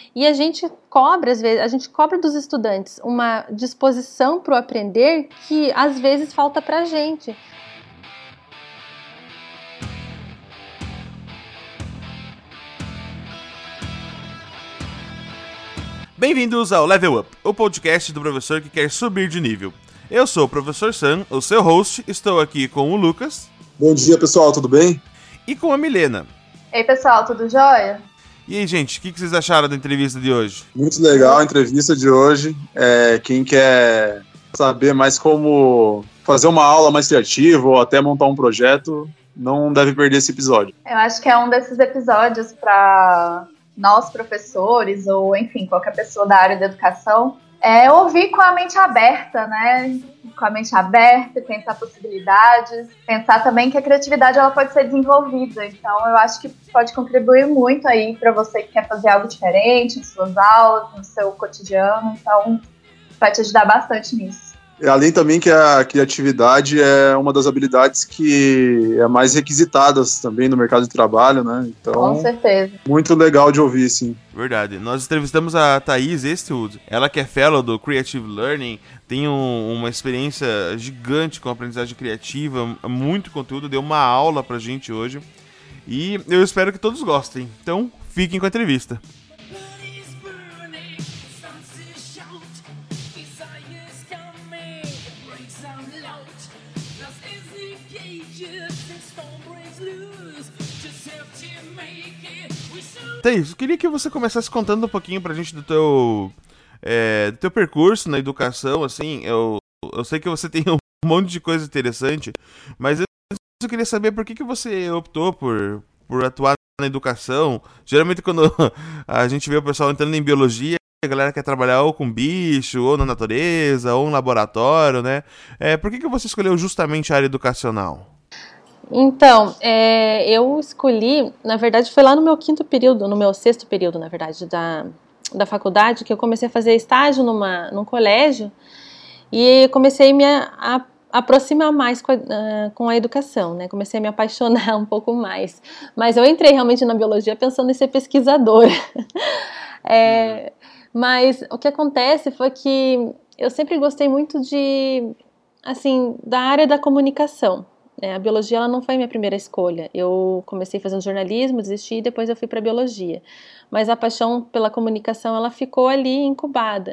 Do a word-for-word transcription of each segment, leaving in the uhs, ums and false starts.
E a gente cobra, às vezes, a gente cobra dos estudantes uma disposição para o aprender que às vezes falta para a gente. Bem-vindos ao Level Up, o podcast do professor que quer subir de nível. Eu sou o professor Sam, o seu host, estou aqui com o Lucas. Bom dia, pessoal, tudo bem? E com a Milena. Ei, pessoal, tudo jóia? E aí, gente, o que vocês acharam da entrevista de hoje? Muito legal a entrevista de hoje. É, quem quer saber mais como fazer uma aula mais criativa ou até montar um projeto, não deve perder esse episódio. Eu acho que é um desses episódios para nós, professores, ou enfim, qualquer pessoa da área da educação, é ouvir com a mente aberta, né? Com a mente aberta, pensar possibilidades, pensar também que a criatividade ela pode ser desenvolvida. Então, eu acho que pode contribuir muito aí para você que quer fazer algo diferente em suas aulas, no seu cotidiano. Então, vai te ajudar bastante nisso. Além também que a criatividade é uma das habilidades que é mais requisitadas também no mercado de trabalho, né? Então, com certeza. Muito legal de ouvir, sim. Verdade. Nós entrevistamos a Thaís Eastwood, ela que é fellow do Creative Learning, tem um, uma experiência gigante com aprendizagem criativa, muito conteúdo, deu uma aula pra gente hoje. E eu espero que todos gostem. Então, fiquem com a entrevista. Thaís, eu queria que você começasse contando um pouquinho pra gente do teu, é, do teu percurso na educação, assim, eu, eu sei que você tem um monte de coisa interessante, mas eu, eu queria saber por que, que você optou por, por atuar na educação. Geralmente quando a gente vê o pessoal entrando em biologia, a galera quer trabalhar ou com bicho, ou na natureza, ou em laboratório, né? É, por que, que você escolheu justamente a área educacional? Então, é, eu escolhi, na verdade, foi lá no meu quinto período, no meu sexto período, na verdade, da, da faculdade, que eu comecei a fazer estágio numa, num colégio e comecei a me a, a aproximar mais com a, uh, com a educação, né? Comecei a me apaixonar um pouco mais. Mas eu entrei realmente na biologia pensando em ser pesquisadora. é, mas o que acontece foi que eu sempre gostei muito de, assim, da área da comunicação. A biologia ela não foi a minha primeira escolha. Eu comecei fazendo jornalismo, desisti e depois eu fui para a biologia. Mas a paixão pela comunicação ela ficou ali incubada.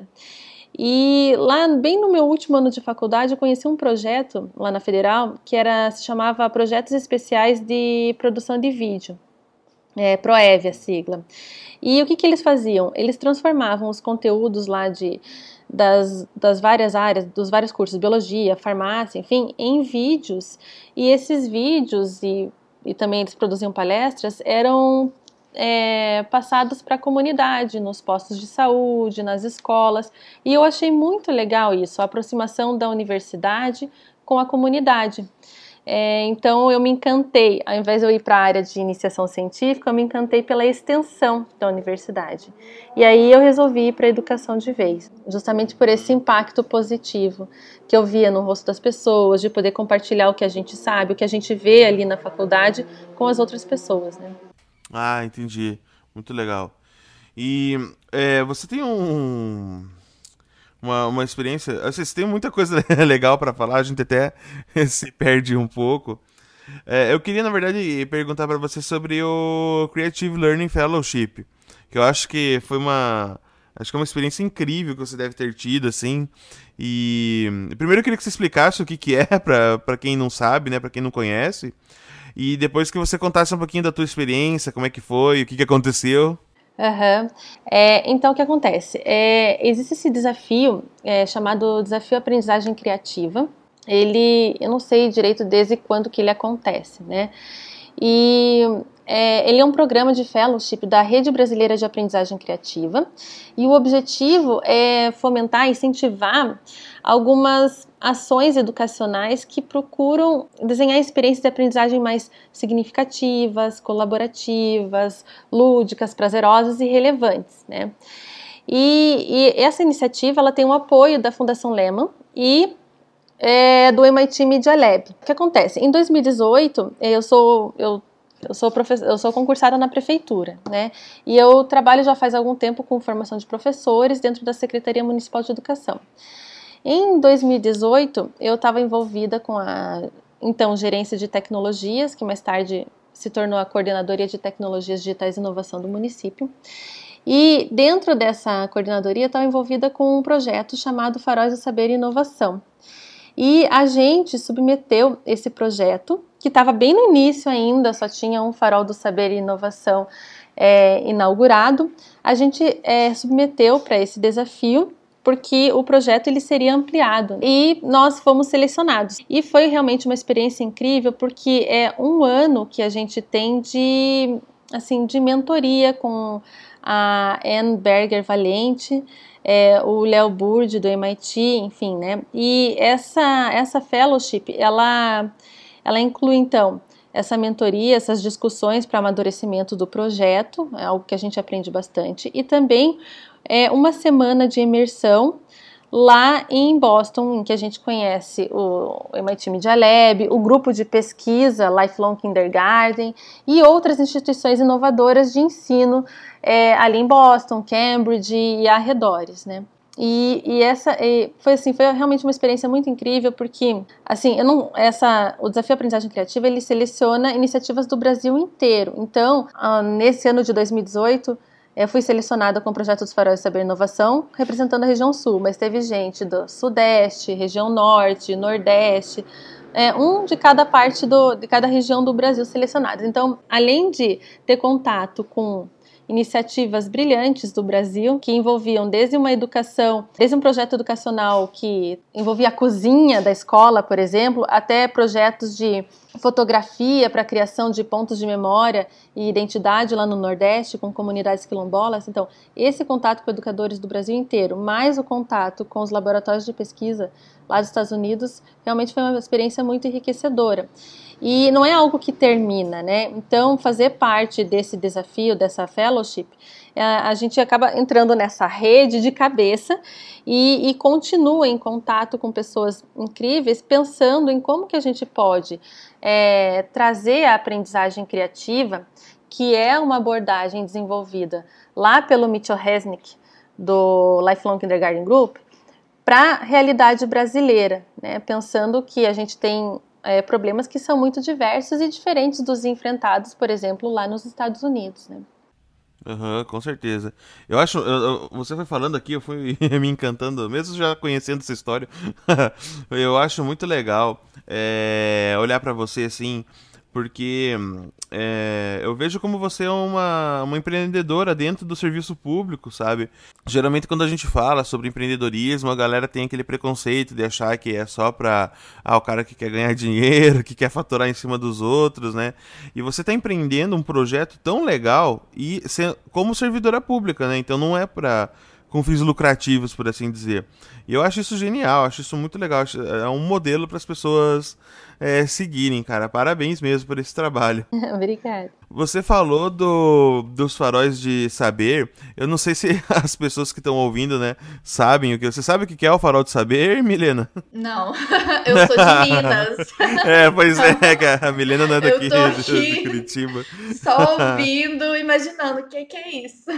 E lá, bem no meu último ano de faculdade, eu conheci um projeto lá na Federal que era, se chamava Projetos Especiais de Produção de Vídeo. É, PROEV, a sigla. E o que, que eles faziam? Eles transformavam os conteúdos lá de... Das, das várias áreas, dos vários cursos, biologia, farmácia, enfim, em vídeos, e esses vídeos, e, e também eles produziam palestras, eram é, passados para a comunidade, nos postos de saúde, nas escolas, e eu achei muito legal isso, a aproximação da universidade com a comunidade. É, então eu me encantei, ao invés de eu ir para a área de iniciação científica, eu me encantei pela extensão da universidade. E aí eu resolvi ir para a educação de vez, justamente por esse impacto positivo que eu via no rosto das pessoas, de poder compartilhar o que a gente sabe, o que a gente vê ali na faculdade com as outras pessoas, né? Ah, entendi. Muito legal. E é, você tem um... Uma, uma experiência, vocês têm muita coisa legal para falar, a gente até se perde um pouco. É, eu queria, na verdade, perguntar para você sobre o Creative Learning Fellowship, que eu acho que foi uma, acho que é uma experiência incrível que você deve ter tido, assim. E primeiro eu queria que você explicasse o que, que é, para quem não sabe, né, para quem não conhece. E depois que você contasse um pouquinho da tua experiência, como é que foi, o que, que aconteceu. Uhum. É, então, o que acontece? É, existe esse desafio é, chamado Desafio Aprendizagem Criativa. Ele, eu não sei direito desde quando que ele acontece, né? E é, ele é um programa de fellowship da Rede Brasileira de Aprendizagem Criativa e o objetivo é fomentar, incentivar algumas ações educacionais que procuram desenhar experiências de aprendizagem mais significativas, colaborativas, lúdicas, prazerosas e relevantes, né? E, e essa iniciativa ela tem o apoio da Fundação Lehman e é, do M I T Media Lab. O que acontece? Em dois mil e dezoito, eu sou... Eu Eu sou, professor, eu sou concursada na prefeitura, né? E eu trabalho já faz algum tempo com formação de professores dentro da Secretaria Municipal de Educação. Em dois mil e dezoito, eu estava envolvida com a, então, Gerência de Tecnologias, que mais tarde se tornou a Coordenadoria de Tecnologias Digitais e Inovação do município. E dentro dessa coordenadoria, eu estava envolvida com um projeto chamado Faróis do Saber e Inovação. E a gente submeteu esse projeto, que estava bem no início ainda, só tinha um Farol do Saber e Inovação é, inaugurado. A gente é, submeteu para esse desafio, porque o projeto ele seria ampliado e nós fomos selecionados. E foi realmente uma experiência incrível, porque é um ano que a gente tem de, assim, de mentoria com a Anne Berger Valente, é, o Léo Burd do M I T, enfim, né? E essa, essa fellowship, ela, ela inclui, então, essa mentoria, essas discussões para amadurecimento do projeto, é algo que a gente aprende bastante, e também é uma semana de imersão lá em Boston, em que a gente conhece o M I T Media Lab, o grupo de pesquisa Lifelong Kindergarten e outras instituições inovadoras de ensino é, ali em Boston, Cambridge e arredores, né? E, e essa e foi assim, foi realmente uma experiência muito incrível, porque assim, eu não, essa, o Desafio Aprendizagem Criativa, ele seleciona iniciativas do Brasil inteiro. Então, uh, nesse ano de dois mil e dezoito, eu fui selecionada com o projeto dos Faróis do Saber e Inovação, representando a região sul, mas teve gente do Sudeste, região Norte, Nordeste, é, um de cada parte do, de cada região do Brasil selecionados. Então, além de ter contato com iniciativas brilhantes do Brasil, que envolviam desde uma educação, desde um projeto educacional que envolvia a cozinha da escola, por exemplo, até projetos de fotografia para a criação de pontos de memória e identidade lá no Nordeste, com comunidades quilombolas. Então, esse contato com educadores do Brasil inteiro, mais o contato com os laboratórios de pesquisa lá dos Estados Unidos, realmente foi uma experiência muito enriquecedora. E não é algo que termina, né? Então, fazer parte desse desafio, dessa fellowship, a gente acaba entrando nessa rede de cabeça e, e continua em contato com pessoas incríveis, pensando em como que a gente pode é, trazer a aprendizagem criativa, que é uma abordagem desenvolvida lá pelo Mitchell Resnick, do Lifelong Kindergarten Group, para a realidade brasileira, né? Pensando que a gente tem é, problemas que são muito diversos e diferentes dos enfrentados, por exemplo, lá nos Estados Unidos, né? Uhum, com certeza. Eu acho, eu, eu, você foi falando aqui, eu fui me encantando, mesmo já conhecendo essa história. Eu acho muito legal é, olhar pra você assim, porque é, eu vejo como você é uma, uma empreendedora dentro do serviço público, sabe? Geralmente quando a gente fala sobre empreendedorismo, a galera tem aquele preconceito de achar que é só pra ah, o cara que quer ganhar dinheiro, que quer faturar em cima dos outros, né? E você tá empreendendo um projeto tão legal e ser, como servidora pública, né? Então não é pra com fins lucrativos, por assim dizer. E eu acho isso genial, acho isso muito legal, é um modelo para as pessoas é, seguirem, cara. Parabéns mesmo por esse trabalho. Obrigada. Você falou do, dos faróis de saber, eu não sei se as pessoas que estão ouvindo, né, sabem o que... Você sabe o que é o farol de saber, Milena? Não, eu sou de Minas. É, pois é, cara, a Milena não é daqui, eu tô aqui de Curitiba. Só ouvindo, imaginando o que, que é isso.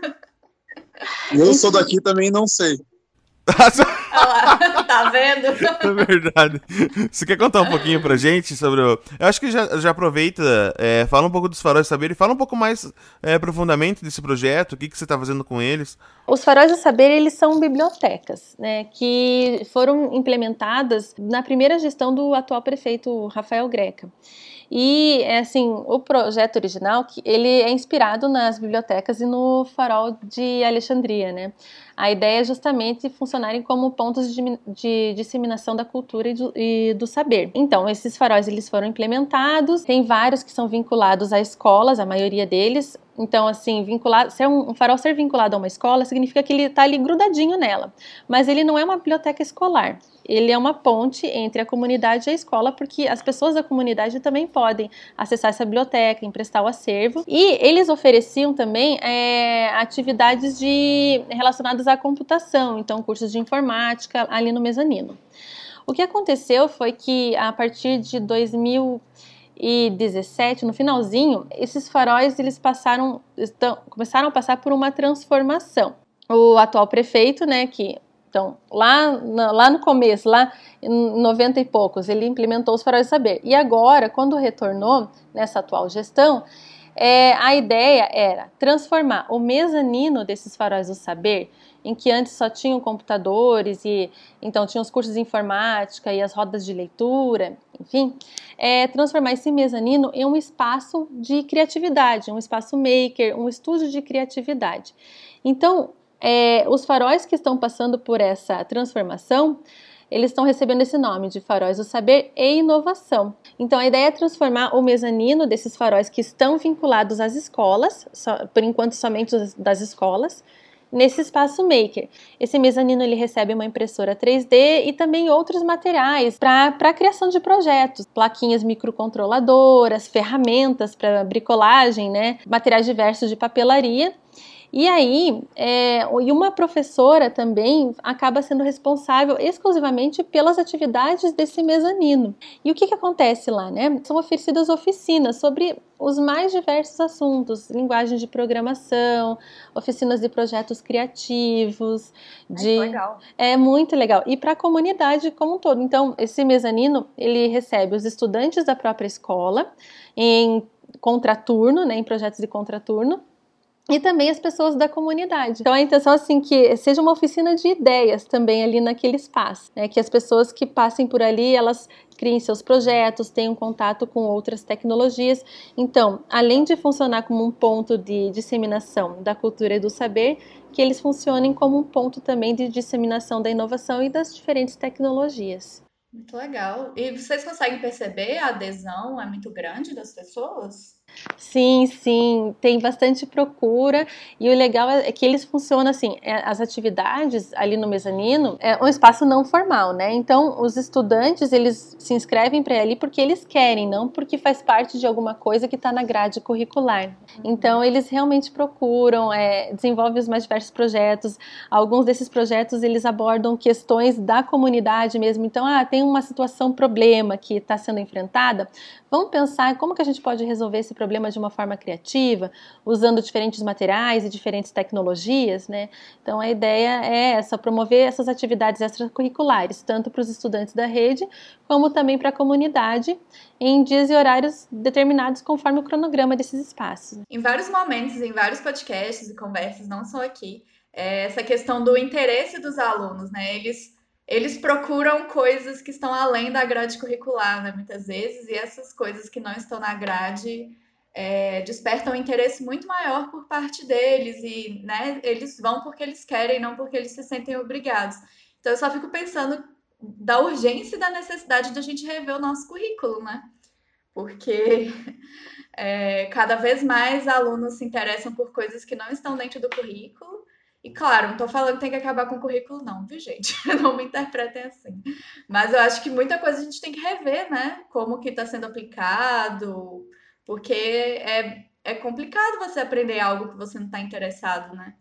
Eu sou daqui também não sei. Olha lá, tá vendo? É verdade. Você quer contar um pouquinho pra gente sobre o... Eu acho que já, já aproveita, é, fala um pouco dos faróis de saber e fala um pouco mais é, profundamente desse projeto, o que, que você tá fazendo com eles. Os faróis do saber, eles são bibliotecas, né, que foram implementadas na primeira gestão do atual prefeito Rafael Greca. E, assim, o projeto original, ele é inspirado nas bibliotecas e no farol de Alexandria, né? A ideia é justamente funcionarem como pontos de, de disseminação da cultura e do, e do saber. Então, esses faróis, eles foram implementados, tem vários que são vinculados a escolas, a maioria deles. Então, assim, vinculado, ser um, um farol ser vinculado a uma escola significa que ele está ali grudadinho nela. Mas ele não é uma biblioteca escolar. Ele é uma ponte entre a comunidade e a escola, porque as pessoas da comunidade também podem acessar essa biblioteca, emprestar o acervo. E eles ofereciam também é, atividades de, relacionadas à computação, então cursos de informática ali no mezanino. O que aconteceu foi que a partir de dois mil e dezessete, no finalzinho, esses faróis eles passaram, estão, começaram a passar por uma transformação. O atual prefeito, né, que então, lá, lá no começo, lá em noventa e poucos, ele implementou os faróis do saber. E agora, quando retornou nessa atual gestão, é, a ideia era transformar o mezanino desses faróis do saber, em que antes só tinham computadores e então tinham os cursos de informática e as rodas de leitura, enfim, é, transformar esse mezanino em um espaço de criatividade, um espaço maker, um estúdio de criatividade. Então, é, os faróis que estão passando por essa transformação, eles estão recebendo esse nome de faróis do saber e inovação. Então, a ideia é transformar o mezanino desses faróis que estão vinculados às escolas, só, por enquanto somente das escolas, nesse espaço maker. Esse mezanino ele recebe uma impressora três D e também outros materiais para a criação de projetos, plaquinhas microcontroladoras, ferramentas para bricolagem, né, materiais diversos de papelaria. E aí, é, e uma professora também acaba sendo responsável exclusivamente pelas atividades desse mezanino. E o que, que acontece lá, né? São oferecidas oficinas sobre os mais diversos assuntos, linguagem de programação, oficinas de projetos criativos. De... Ai, legal. É muito legal. E para a comunidade como um todo. Então, esse mezanino, ele recebe os estudantes da própria escola em contraturno, né, em projetos de contraturno, e também as pessoas da comunidade. Então a intenção assim que seja uma oficina de ideias também ali naquele espaço, né? Que as pessoas que passem por ali, elas criem seus projetos, tenham contato com outras tecnologias. Então, além de funcionar como um ponto de disseminação da cultura e do saber, que eles funcionem como um ponto também de disseminação da inovação e das diferentes tecnologias. Muito legal. E vocês conseguem perceber a adesão é muito grande das pessoas? Sim, sim, tem bastante procura e o legal é que eles funcionam assim, as atividades ali no mezanino é um espaço não formal, né? Então os estudantes eles se inscrevem para ir ali porque eles querem, não porque faz parte de alguma coisa que está na grade curricular. Então eles realmente procuram, é, desenvolvem os mais diversos projetos. Alguns desses projetos eles abordam questões da comunidade mesmo. Então, ah, tem uma situação, problema que está sendo enfrentada. Vamos pensar como que a gente pode resolver esse problema de uma forma criativa, usando diferentes materiais e diferentes tecnologias, né? Então a ideia é essa, promover essas atividades extracurriculares, tanto para os estudantes da rede, como também para a comunidade, em dias e horários determinados conforme o cronograma desses espaços. Em vários momentos, em vários podcasts e conversas, não só aqui, é essa questão do interesse dos alunos, né? Eles Eles procuram coisas que estão além da grade curricular, né, muitas vezes, e essas coisas que não estão na grade é, despertam um interesse muito maior por parte deles, e né, eles vão porque eles querem, não porque eles se sentem obrigados. Então eu só fico pensando da urgência e da necessidade de a gente rever o nosso currículo, né? Porque é, cada vez mais alunos se interessam por coisas que não estão dentro do currículo. E claro, não tô falando que tem que acabar com o currículo não, viu, gente? Não me interpretem assim. Mas eu acho que muita coisa a gente tem que rever, né? Como que tá sendo aplicado, porque é, é complicado você aprender algo que você não tá interessado, né?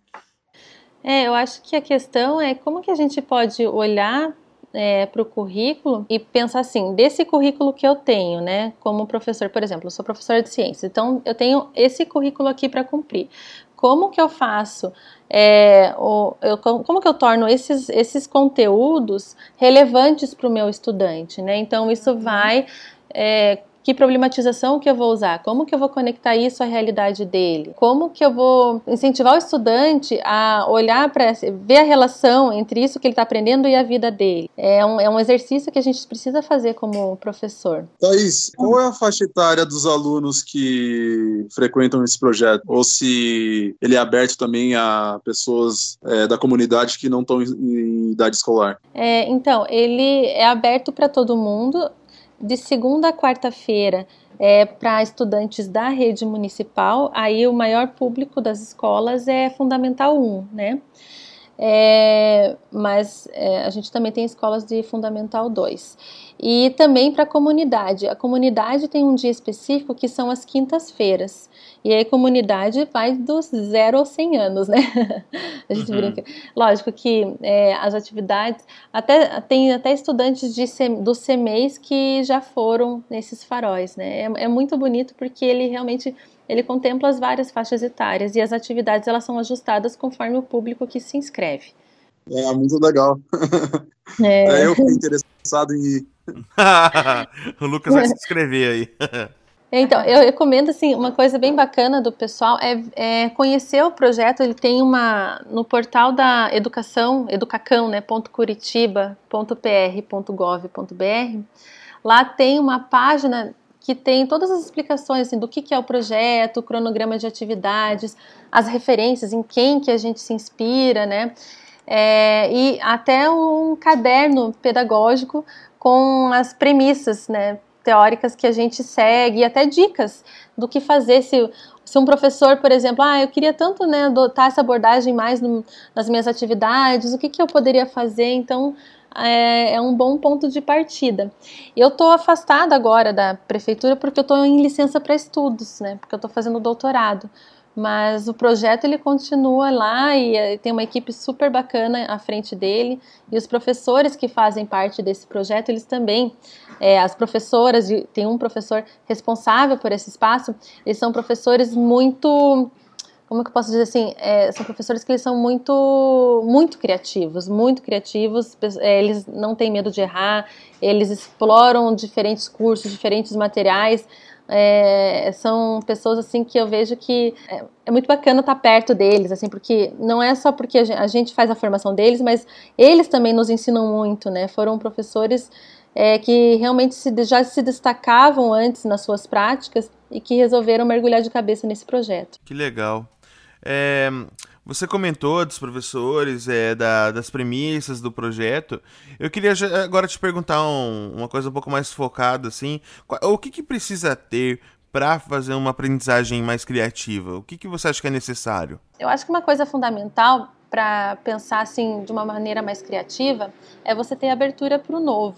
É, eu acho que a questão é como que a gente pode olhar é, para o currículo e pensar assim, desse currículo que eu tenho, né? Como professor, por exemplo, eu sou professora de ciências, então eu tenho esse currículo aqui para cumprir. Como que eu faço, é, o, eu, como que eu torno esses, esses conteúdos relevantes para o meu estudante, né? Então, isso vai... É, que problematização que eu vou usar? Como que eu vou conectar isso à realidade dele? Como que eu vou incentivar o estudante a olhar para ver a relação entre isso que ele está aprendendo e a vida dele? É um, é um exercício que a gente precisa fazer como professor. Thaís, qual é a faixa etária dos alunos que frequentam esse projeto? Ou se ele é aberto também a pessoas é, da comunidade que não estão em, em idade escolar? É, então, ele é aberto para todo mundo, de segunda a quarta-feira, é, para estudantes da rede municipal. Aí o maior público das escolas é Fundamental um, né? É, mas é, a gente também tem escolas de Fundamental dois. E também para a comunidade. A comunidade tem um dia específico que são as quintas-feiras. E aí a comunidade vai dos zero aos cem anos, né? A gente uhum. brinca. Lógico que é, as atividades... Até, tem até estudantes de, do C M E I S que já foram nesses faróis, né? É, é muito bonito porque ele realmente... Ele contempla as várias faixas etárias e as atividades elas são ajustadas conforme o público que se inscreve. É muito legal. É, é eu fiquei interessado em ir. O Lucas vai se inscrever aí. Então, eu recomendo, assim, uma coisa bem bacana do pessoal é, é conhecer o projeto. Ele tem uma, no portal da educação, educacão, né, ponto curitiba ponto p r ponto gov ponto b r, lá tem uma página que tem todas as explicações assim, do que, que é o projeto, o cronograma de atividades, as referências, em quem que a gente se inspira, né? É, e até um caderno pedagógico com as premissas, né, teóricas que a gente segue e até dicas do que fazer se, se um professor, por exemplo, ah, eu queria tanto, né, adotar essa abordagem mais no, nas minhas atividades, o que, que eu poderia fazer, então... É, é um bom ponto de partida. Eu estou afastada agora da prefeitura porque eu estou em licença para estudos, né? Porque eu estou fazendo doutorado. Mas o projeto ele continua lá e, e tem uma equipe super bacana à frente dele. E os professores que fazem parte desse projeto, eles também, é, as professoras, tem um professor responsável por esse espaço, eles são professores muito... Como que eu posso dizer assim, é, são professores que eles são muito, muito criativos, muito criativos, é, eles não têm medo de errar, eles exploram diferentes cursos, diferentes materiais, é, são pessoas assim que eu vejo que é, é muito bacana estar perto deles, assim, porque não é só porque a gente faz a formação deles, mas eles também nos ensinam muito, né, foram professores é, que realmente se, já se destacavam antes nas suas práticas e que resolveram mergulhar de cabeça nesse projeto. Que legal. É, você comentou dos professores, é, da, das premissas do projeto. Eu queria agora te perguntar um, uma coisa um pouco mais focada, assim. O que, que precisa ter para fazer uma aprendizagem mais criativa? O que, que você acha que é necessário? Eu acho que uma coisa fundamental para pensar assim de uma maneira mais criativa é você ter abertura para o novo.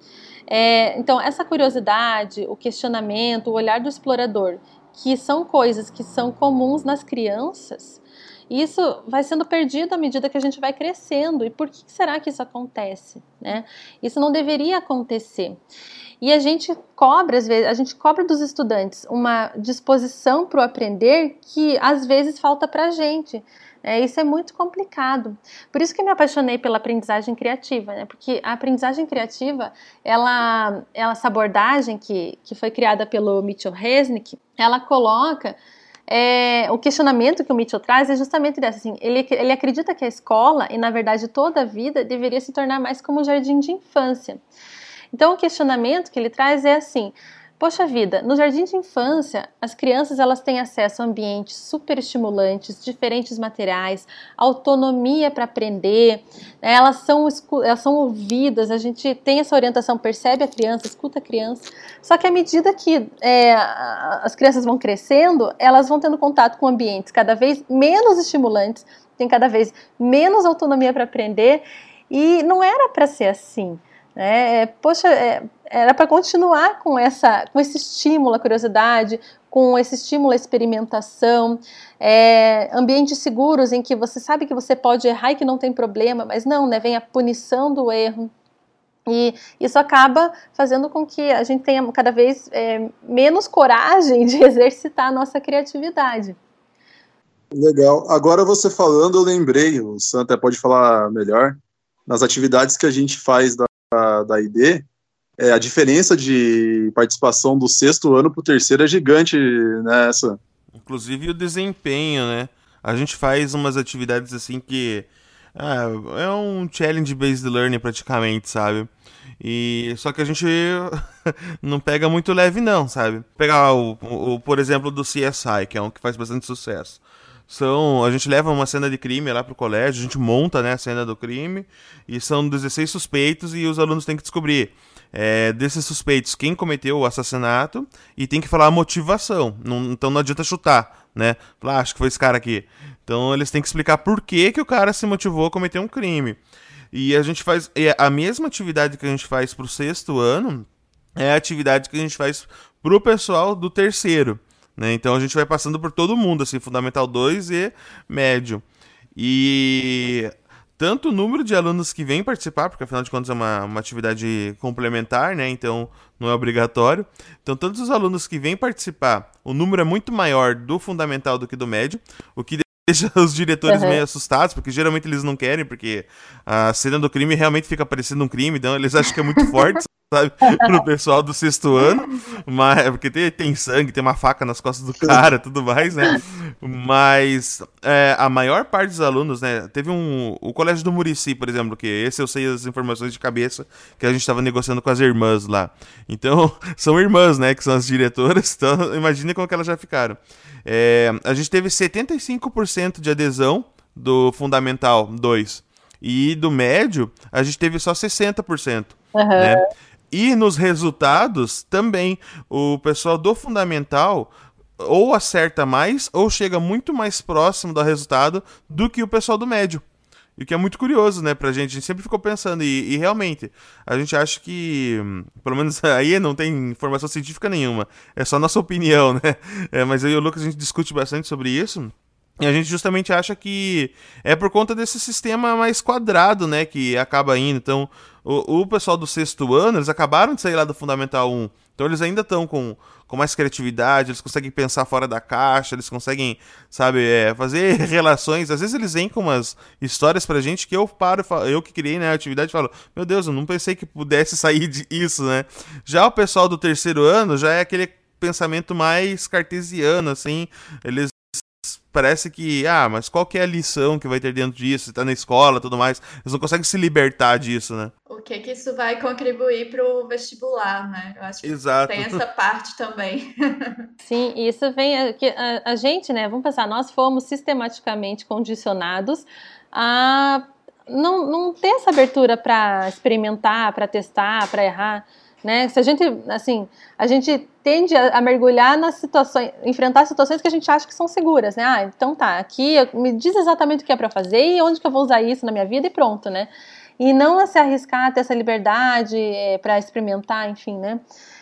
É, então, essa curiosidade, o questionamento, o olhar do explorador, que são coisas que são comuns nas crianças, isso vai sendo perdido à medida que a gente vai crescendo. E por que será que isso acontece, né? Isso não deveria acontecer. E a gente cobra, às vezes, a gente cobra dos estudantes uma disposição para o aprender que às vezes falta para a gente. É, isso é muito complicado. Por isso que eu me apaixonei pela aprendizagem criativa, né? Porque a aprendizagem criativa, ela, ela, essa abordagem que, que foi criada pelo Mitchell Resnick, ela coloca é, o questionamento que o Mitchell traz é justamente dessa, assim, ele, ele acredita que a escola, e na verdade toda a vida, deveria se tornar mais como um jardim de infância. Então o questionamento que ele traz é assim: poxa vida, no jardim de infância, as crianças elas têm acesso a ambientes super estimulantes, diferentes materiais, autonomia para aprender, né, elas, são, elas são ouvidas, a gente tem essa orientação, percebe a criança, escuta a criança, só que à medida que é, as crianças vão crescendo, elas vão tendo contato com ambientes cada vez menos estimulantes, tem cada vez menos autonomia para aprender, e não era para ser assim. É, poxa, é, era para continuar com, essa, com esse estímulo à curiosidade, com esse estímulo à experimentação, é, ambientes seguros em que você sabe que você pode errar e que não tem problema, mas não, né, vem a punição do erro. E isso acaba fazendo com que a gente tenha cada vez é, menos coragem de exercitar a nossa criatividade. Legal. Agora você falando, eu lembrei, o Sam até pode falar melhor, nas atividades que a gente faz da da I D, é, a diferença de participação do sexto ano para o terceiro é gigante nessa. Inclusive o desempenho, né? A gente faz umas atividades assim que ah, é um challenge-based learning praticamente, sabe? E só que a gente não pega muito leve não, sabe? Pegar o, o, por exemplo, do C S I, que é um que faz bastante sucesso. São, a gente leva uma cena de crime lá pro colégio, a gente monta, né, a cena do crime, e são dezesseis suspeitos e os alunos têm que descobrir é, desses suspeitos quem cometeu o assassinato e tem que falar a motivação. Não, então não adianta chutar, né? Falar, ah, acho que foi esse cara aqui. Então eles têm que explicar por que, que o cara se motivou a cometer um crime. E a gente faz a mesma atividade que a gente faz pro sexto ano, é a atividade que a gente faz pro pessoal do terceiro. Né? Então a gente vai passando por todo mundo, assim, Fundamental dois e médio. E tanto o número de alunos que vêm participar, porque afinal de contas é uma, uma atividade complementar, né? Então não é obrigatório. Então tanto os alunos que vêm participar, o número é muito maior do Fundamental do que do médio, o que deixa os diretores uhum. meio assustados, porque geralmente eles não querem, porque a cena do crime realmente fica parecendo um crime, então eles acham que é muito forte, sabe, pro pessoal do sexto ano, mas, porque tem, tem sangue, tem uma faca nas costas do cara, tudo mais, né, mas é, a maior parte dos alunos, né, teve um, o Colégio do Murici, por exemplo, que esse eu sei as informações de cabeça, que a gente estava negociando com as irmãs lá, então, são irmãs, né, que são as diretoras, então imagine como que elas já ficaram. É, a gente teve setenta e cinco por cento de adesão do Fundamental dois e do médio a gente teve só sessenta por cento. Uhum. Né? E nos resultados também o pessoal do Fundamental ou acerta mais ou chega muito mais próximo do resultado do que o pessoal do médio. E o que é muito curioso, né, pra gente. A gente sempre ficou pensando, e, e realmente, a gente acha que, pelo menos aí não tem informação científica nenhuma, é só nossa opinião, né? É, mas eu e o Lucas, a gente discute bastante sobre isso, e a gente justamente acha que é por conta desse sistema mais quadrado, né, que acaba indo. Então, o, o pessoal do sexto ano, eles acabaram de sair lá do Fundamental um, então eles ainda estão com, com mais criatividade, eles conseguem pensar fora da caixa, eles conseguem, sabe, é, fazer relações. Às vezes eles vêm com umas histórias pra gente que eu paro, eu que criei, né, a atividade, falo, meu Deus, eu não pensei que pudesse sair disso, né. Já o pessoal do terceiro ano já é aquele pensamento mais cartesiano, assim, eles parece que, ah, mas qual que é a lição que vai ter dentro disso? Você tá na escola e tudo mais. Eles não conseguem se libertar disso, né? O que que isso vai contribuir pro vestibular, né? Eu acho que Exato. Tem essa parte também. Sim, isso vem... A, a, a gente, né, vamos pensar, nós fomos sistematicamente condicionados a não, não ter essa abertura para experimentar, para testar, para errar. Né? Se a gente, assim, a gente tende a, a mergulhar nas situações, enfrentar situações que a gente acha que são seguras, né? Ah, então tá, aqui me diz exatamente o que é para fazer e onde que eu vou usar isso na minha vida e pronto, né? E não a se arriscar a ter essa liberdade é, para experimentar, enfim, né?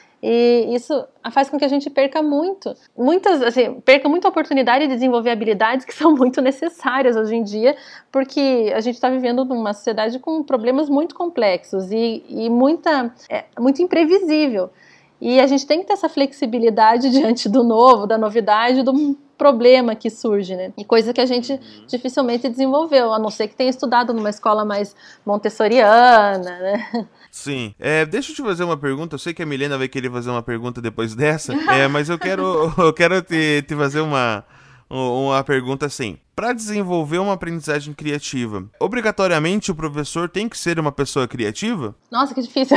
E isso faz com que a gente perca muito, muitas, assim, perca muita oportunidade de desenvolver habilidades que são muito necessárias hoje em dia, porque a gente está vivendo numa sociedade com problemas muito complexos e, e muita, é, muito imprevisível. E a gente tem que ter essa flexibilidade diante do novo, da novidade, do problema que surge, né? E coisa que a gente dificilmente desenvolveu, a não ser que tenha estudado numa escola mais montessoriana, né? Sim. É, deixa eu te fazer uma pergunta. Eu sei que a Milena vai querer fazer uma pergunta depois dessa, é, mas eu quero, eu quero te, te fazer uma, uma pergunta assim. Para desenvolver uma aprendizagem criativa, obrigatoriamente o professor tem que ser uma pessoa criativa? Nossa, que difícil.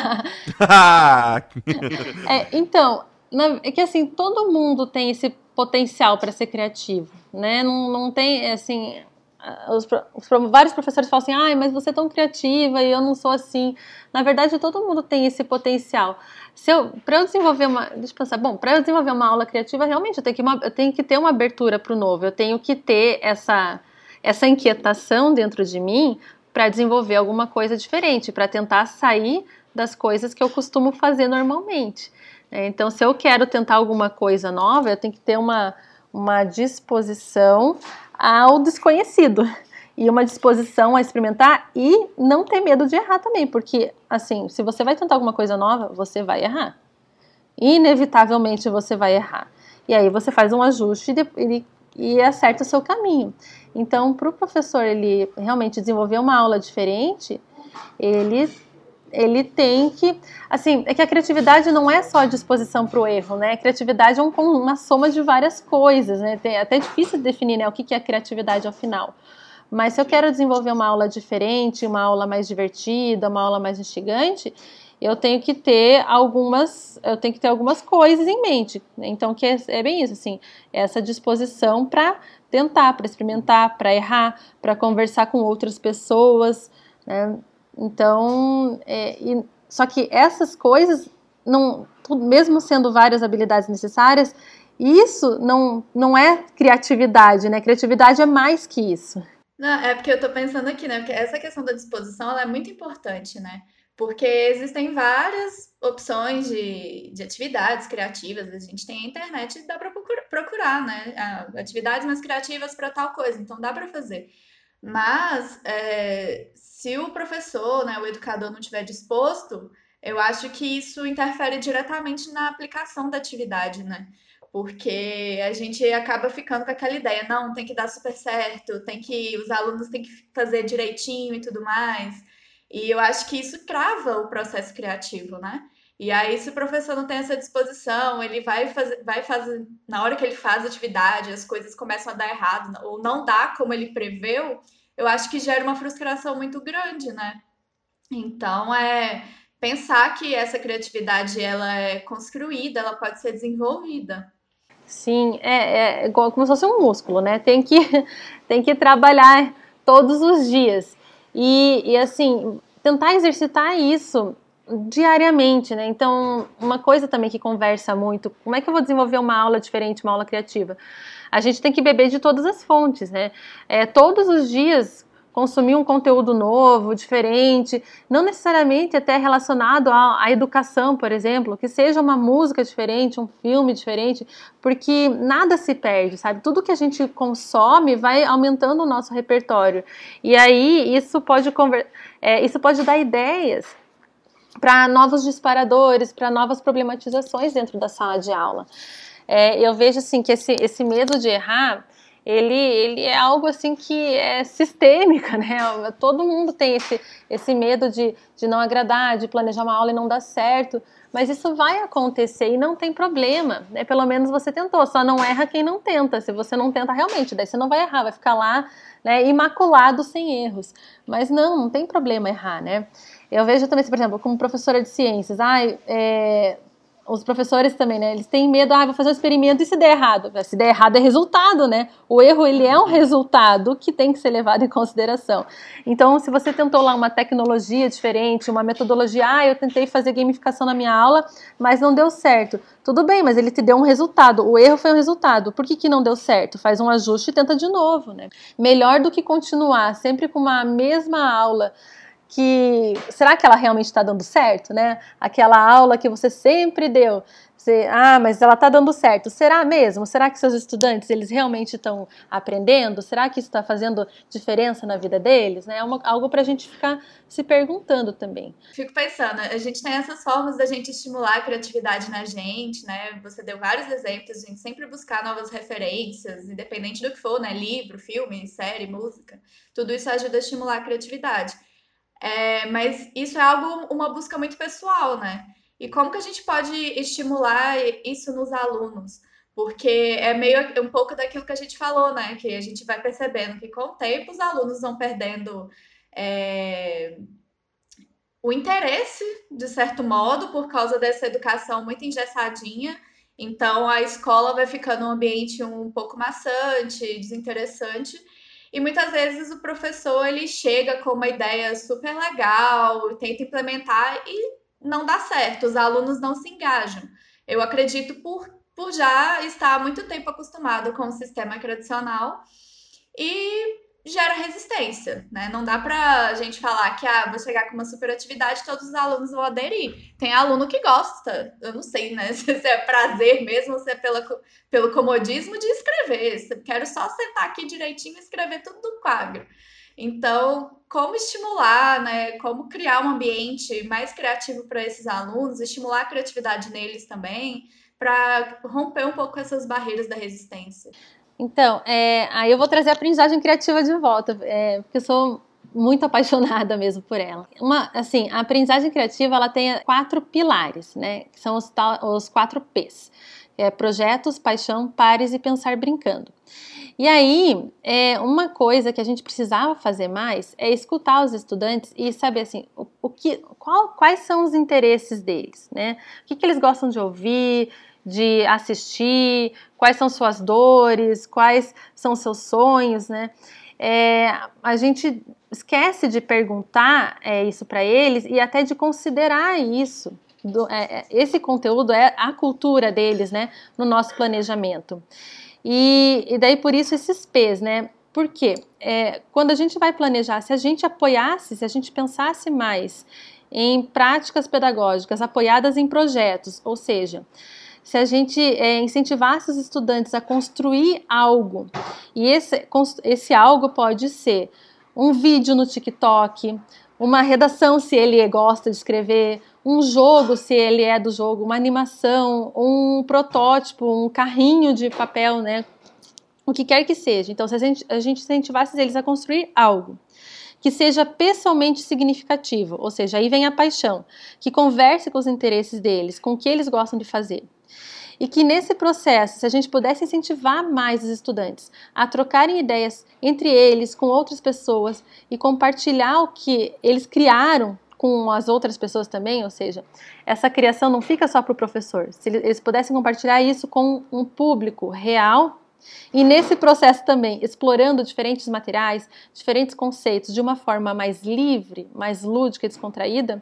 é, então, na, é que assim, todo mundo tem esse potencial para ser criativo, né? Não, não tem, assim... Os, os, vários professores falam assim, ai, mas você é tão criativa e eu não sou assim. Na verdade, todo mundo tem esse potencial. Se eu, para eu desenvolver uma, deixa eu pensar, bom, para eu desenvolver uma aula criativa, realmente eu tenho que, uma, eu tenho que ter uma abertura para o novo, eu tenho que ter essa, essa inquietação dentro de mim para desenvolver alguma coisa diferente, para tentar sair das coisas que eu costumo fazer normalmente. Então, se eu quero tentar alguma coisa nova, eu tenho que ter uma, uma disposição ao desconhecido e uma disposição a experimentar e não ter medo de errar também, porque assim, se você vai tentar alguma coisa nova, você vai errar, inevitavelmente você vai errar, e aí você faz um ajuste e, e acerta o seu caminho. Então, para o professor ele realmente desenvolver uma aula diferente, ele ele tem que, assim, é que a criatividade não é só a disposição para o erro, né? A criatividade é um, uma soma de várias coisas, né? É até difícil definir, né, o que é a criatividade ao final. Mas se eu quero desenvolver uma aula diferente, uma aula mais divertida, uma aula mais instigante, eu tenho que ter algumas, eu tenho que ter algumas coisas em mente, né? Então que é, é bem isso, assim, essa disposição para tentar, para experimentar, para errar, para conversar com outras pessoas, né? Então, é, e, só que essas coisas, não, mesmo sendo várias habilidades necessárias, isso não, não é criatividade, né? Criatividade é mais que isso. Não, é porque eu tô pensando aqui, né? Porque essa questão da disposição, ela é muito importante, né? Porque existem várias opções de, de atividades criativas. A gente tem a internet e dá para procurar, né? Atividades mais criativas para tal coisa. Então dá para fazer. Mas é, se o professor, né, o educador não estiver disposto, eu acho que isso interfere diretamente na aplicação da atividade, né? Porque a gente acaba ficando com aquela ideia, não, tem que dar super certo, tem que, os alunos têm que fazer direitinho e tudo mais. E eu acho que isso trava o processo criativo, né? E aí, se o professor não tem essa disposição, ele vai fazer, vai fazer, na hora que ele faz a atividade, as coisas começam a dar errado, ou não dá como ele preveu, eu acho que gera uma frustração muito grande, né? Então, é pensar que essa criatividade, ela é construída, ela pode ser desenvolvida. Sim, é, é igual como se fosse um músculo, né? Tem que, tem que trabalhar todos os dias. E, e assim, tentar exercitar isso diariamente, né? Então, uma coisa também que conversa muito, como é que eu vou desenvolver uma aula diferente, uma aula criativa? A gente tem que beber de todas as fontes, né? É, todos os dias consumir um conteúdo novo, diferente, não necessariamente até relacionado à, à educação, por exemplo, que seja uma música diferente, um filme diferente, porque nada se perde, sabe? Tudo que a gente consome vai aumentando o nosso repertório. E aí isso pode, conver- é, isso pode dar ideias para novos disparadores, para novas problematizações dentro da sala de aula. É, eu vejo assim que esse, esse medo de errar, ele, ele é algo assim que é sistêmico, né? Todo mundo tem esse, esse medo de, de não agradar, de planejar uma aula e não dar certo, mas isso vai acontecer e não tem problema, né? Pelo menos você tentou, só não erra quem não tenta. Se você não tenta realmente, daí você não vai errar, vai ficar lá, né, imaculado sem erros. Mas não, não tem problema errar, né? Eu vejo também, por exemplo, como professora de ciências, ai, é, os professores também, né, eles têm medo, ah, vou fazer um experimento e se der errado. Se der errado é resultado, né? O erro, ele é um resultado que tem que ser levado em consideração. Então, se você tentou lá uma tecnologia diferente, uma metodologia, ah, eu tentei fazer gamificação na minha aula, mas não deu certo. Tudo bem, mas ele te deu um resultado. O erro foi um resultado. Por que que não deu certo? Faz um ajuste e tenta de novo, né? Melhor do que continuar sempre com uma mesma aula que, será que ela realmente está dando certo, né? Aquela aula que você sempre deu, você, ah, mas ela está dando certo, será mesmo? Será que seus estudantes, eles realmente estão aprendendo? Será que isso está fazendo diferença na vida deles? Né? É uma, algo para a gente ficar se perguntando também. Fico pensando, a gente tem essas formas da gente estimular a criatividade na gente, né? Você deu vários exemplos, a gente sempre buscar novas referências, independente do que for, né? Livro, filme, série, música, tudo isso ajuda a estimular a criatividade. É, mas isso é algo, uma busca muito pessoal, né? E como que a gente pode estimular isso nos alunos? Porque é meio um pouco daquilo que a gente falou, né? Que a gente vai percebendo que com o tempo os alunos vão perdendo é, o interesse, de certo modo, por causa dessa educação muito engessadinha. Então a escola vai ficando um ambiente um pouco maçante, desinteressante. E muitas vezes o professor ele chega com uma ideia super legal, tenta implementar e não dá certo, os alunos não se engajam. Eu acredito por, por já estar há muito tempo acostumado com o sistema tradicional e gera resistência, né? Não dá pra gente falar que ah, vou chegar com uma super atividade e todos os alunos vão aderir. Tem aluno que gosta, eu não sei, né? Se é prazer mesmo ou se é pela, pelo comodismo de escrever. Eu quero só sentar aqui direitinho e escrever tudo no quadro. Então, como estimular, né? Como criar um ambiente mais criativo para esses alunos, estimular a criatividade neles também, para romper um pouco essas barreiras da resistência. Então, é, aí eu vou trazer a aprendizagem criativa de volta, é, porque eu sou muito apaixonada mesmo por ela. Uma, assim, a aprendizagem criativa, ela tem quatro pilares, né? Que são os, os quatro P's. É projetos, paixão, pares e pensar brincando. E aí, é, uma coisa que a gente precisava fazer mais é escutar os estudantes e saber assim, o, o, que, qual, quais são os interesses deles, né? O que, que eles gostam de ouvir, de assistir, quais são suas dores, quais são seus sonhos, né? É, a gente esquece de perguntar é, isso para eles e até de considerar isso. Do, é, esse conteúdo é a cultura deles, né, no nosso planejamento. E, e daí por isso esses P's, né? Por quê? É, quando a gente vai planejar, se a gente apoiasse, se a gente pensasse mais em práticas pedagógicas apoiadas em projetos, ou seja, se a gente é, incentivasse os estudantes a construir algo, e esse, esse algo pode ser um vídeo no TikTok, uma redação se ele gosta de escrever, um jogo se ele é do jogo, uma animação, um protótipo, um carrinho de papel, né? O que quer que seja. Então, se a gente, a gente incentivasse eles a construir algo que seja pessoalmente significativo, ou seja, aí vem a paixão, que converse com os interesses deles, com o que eles gostam de fazer. E que nesse processo, se a gente pudesse incentivar mais os estudantes a trocarem ideias entre eles, com outras pessoas, e compartilhar o que eles criaram com as outras pessoas também, ou seja, essa criação não fica só para o professor. Se eles pudessem compartilhar isso com um público real, e nesse processo também, explorando diferentes materiais, diferentes conceitos, de uma forma mais livre, mais lúdica e descontraída,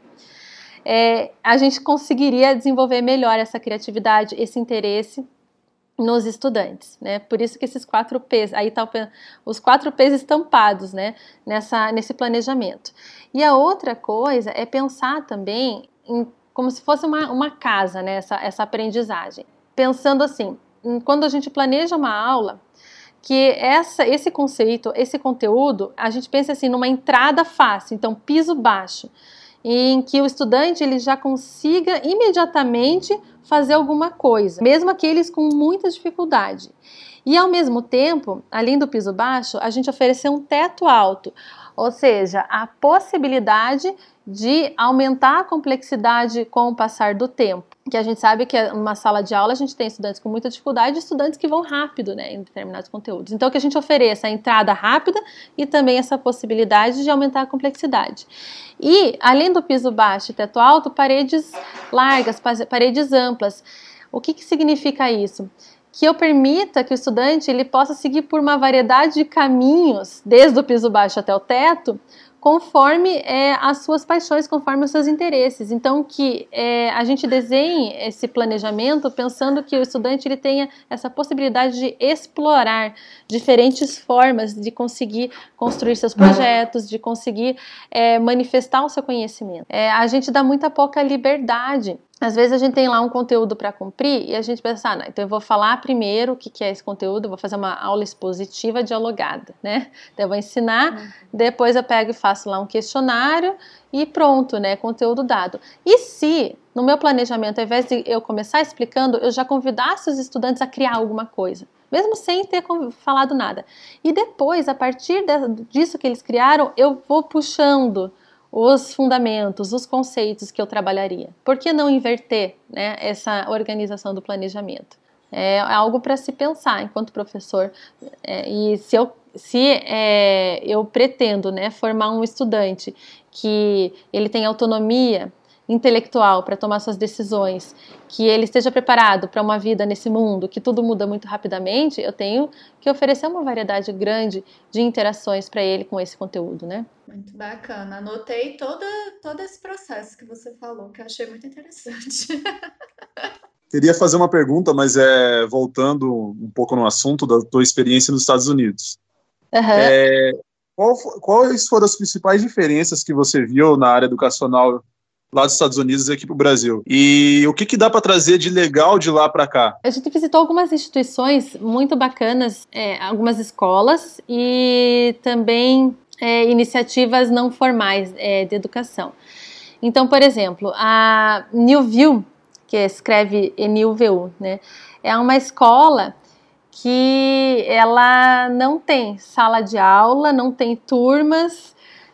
É, a gente conseguiria desenvolver melhor essa criatividade, esse interesse nos estudantes, né? Por isso que esses quatro P's, aí tá os quatro P's estampados, né? Nessa, nesse planejamento. E a outra coisa é pensar também em, como se fosse uma, uma casa, né? Essa, essa aprendizagem. Pensando assim, quando a gente planeja uma aula, que essa, esse conceito, esse conteúdo, a gente pensa assim numa entrada fácil, então piso baixo, em que o estudante ele já consiga imediatamente fazer alguma coisa, mesmo aqueles com muita dificuldade. E ao mesmo tempo, além do piso baixo, a gente oferecer um teto alto, ou seja, a possibilidade de aumentar a complexidade com o passar do tempo. Que a gente sabe que numa sala de aula a gente tem estudantes com muita dificuldade e estudantes que vão rápido, né, em determinados conteúdos. Então que a gente ofereça a entrada rápida e também essa possibilidade de aumentar a complexidade. E, além do piso baixo e teto alto, paredes largas, paredes amplas. O que que significa isso? Que eu permita que o estudante ele possa seguir por uma variedade de caminhos, desde o piso baixo até o teto, conforme é, as suas paixões, conforme os seus interesses. Então, que é, a gente desenhe esse planejamento pensando que o estudante ele tenha essa possibilidade de explorar diferentes formas de conseguir construir seus projetos, de conseguir é, manifestar o seu conhecimento. É, a gente dá muita pouca liberdade. Às vezes a gente tem lá um conteúdo para cumprir e a gente pensa, ah, não, então eu vou falar primeiro o que, que é esse conteúdo, eu vou fazer uma aula expositiva dialogada, né? Então eu vou ensinar, uhum. Depois eu pego e faço lá um questionário e pronto, né? Conteúdo dado. E se, no meu planejamento, ao invés de eu começar explicando, eu já convidasse os estudantes a criar alguma coisa, mesmo sem ter falado nada. E depois, a partir disso que eles criaram, eu vou puxando os fundamentos, os conceitos que eu trabalharia. Por que não inverter, né, essa organização do planejamento? É algo para se pensar enquanto professor. É, e se eu, se, é, eu pretendo, né, formar um estudante que ele tem autonomia intelectual para tomar suas decisões, que ele esteja preparado para uma vida nesse mundo, que tudo muda muito rapidamente, eu tenho que oferecer uma variedade grande de interações para ele com esse conteúdo, né? Muito bacana. Anotei todo, todo esse processo que você falou, que eu achei muito interessante. Queria fazer uma pergunta, mas é voltando um pouco no assunto da tua experiência nos Estados Unidos. Uhum. É, qual, quais foram as principais diferenças que você viu na área educacional lá dos Estados Unidos e aqui para o Brasil? E o que, que dá para trazer de legal de lá para cá? A gente visitou algumas instituições muito bacanas, é, algumas escolas e também é, iniciativas não formais é, de educação. Então, por exemplo, a New View, que escreve N U V U, né, é uma escola que ela não tem sala de aula, não tem turmas,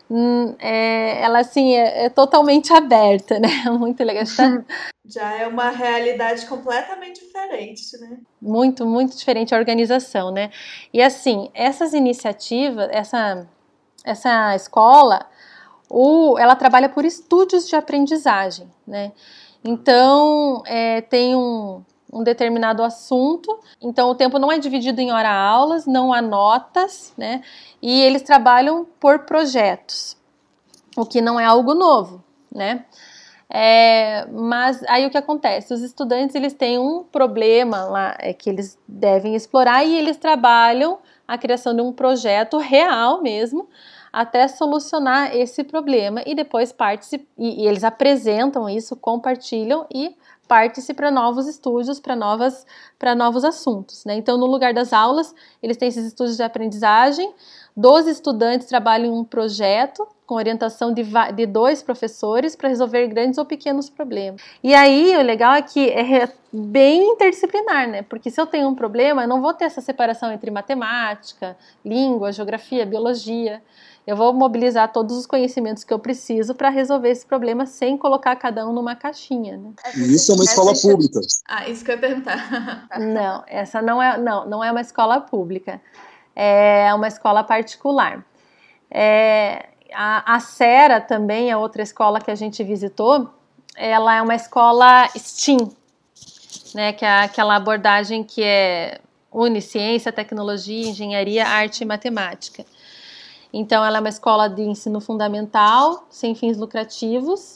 É, ela assim é, é totalmente aberta, né? Muito legal. Já é uma realidade completamente diferente, né? Muito, muito diferente a organização, né? E assim, essas iniciativas, essa, essa escola, o, ela trabalha por estúdios de aprendizagem, né? Então, é, tem um, um determinado assunto, então o tempo não é dividido em hora-aulas, não há notas, né? E eles trabalham por projetos, o que não é algo novo, né? É, mas aí o que acontece? Os estudantes, eles têm um problema lá é, que eles devem explorar e eles trabalham a criação de um projeto real mesmo, até solucionar esse problema e depois participam, e, e eles apresentam isso, compartilham e partem-se para novos estúdios, para novas, para novos assuntos, né? Então, no lugar das aulas, eles têm esses estúdios de aprendizagem, doze estudantes trabalham em um projeto com orientação de, de dois professores para resolver grandes ou pequenos problemas. E aí, o legal é que é bem interdisciplinar, né? Porque se eu tenho um problema, eu não vou ter essa separação entre matemática, língua, geografia, biologia. Eu vou mobilizar todos os conhecimentos que eu preciso para resolver esse problema sem colocar cada um numa caixinha, né? E isso é uma escola Essa... pública. Ah, isso que eu ia perguntar. Não, essa não é, não, não é uma escola pública. É uma escola particular. É, a, a Sera também, a outra escola que a gente visitou, ela é uma escola STEAM, né, que é aquela abordagem que é une ciência, tecnologia, engenharia, arte e matemática. Então, ela é uma escola de ensino fundamental, sem fins lucrativos,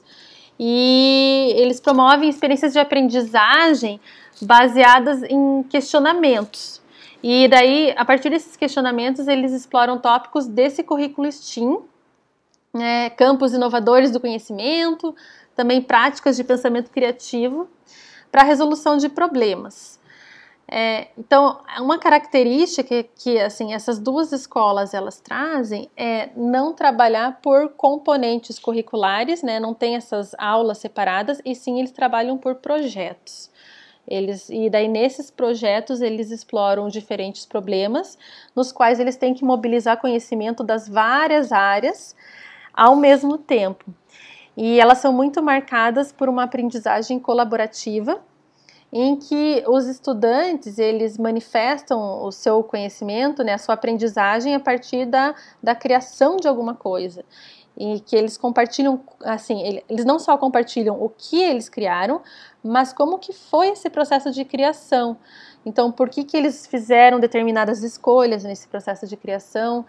e eles promovem experiências de aprendizagem baseadas em questionamentos. E daí, a partir desses questionamentos, eles exploram tópicos desse currículo STEAM, né, campos inovadores do conhecimento, também práticas de pensamento criativo para a resolução de problemas. É, então, uma característica que, que assim, essas duas escolas elas trazem é não trabalhar por componentes curriculares, né, não tem essas aulas separadas, e sim eles trabalham por projetos. Eles, e daí nesses projetos eles exploram diferentes problemas, nos quais eles têm que mobilizar conhecimento das várias áreas ao mesmo tempo. E elas são muito marcadas por uma aprendizagem colaborativa, em que os estudantes eles manifestam o seu conhecimento, né, a sua aprendizagem a partir da, da criação de alguma coisa. E que eles compartilham, assim, eles não só compartilham o que eles criaram, mas como que foi esse processo de criação. Então, por que que eles fizeram determinadas escolhas nesse processo de criação,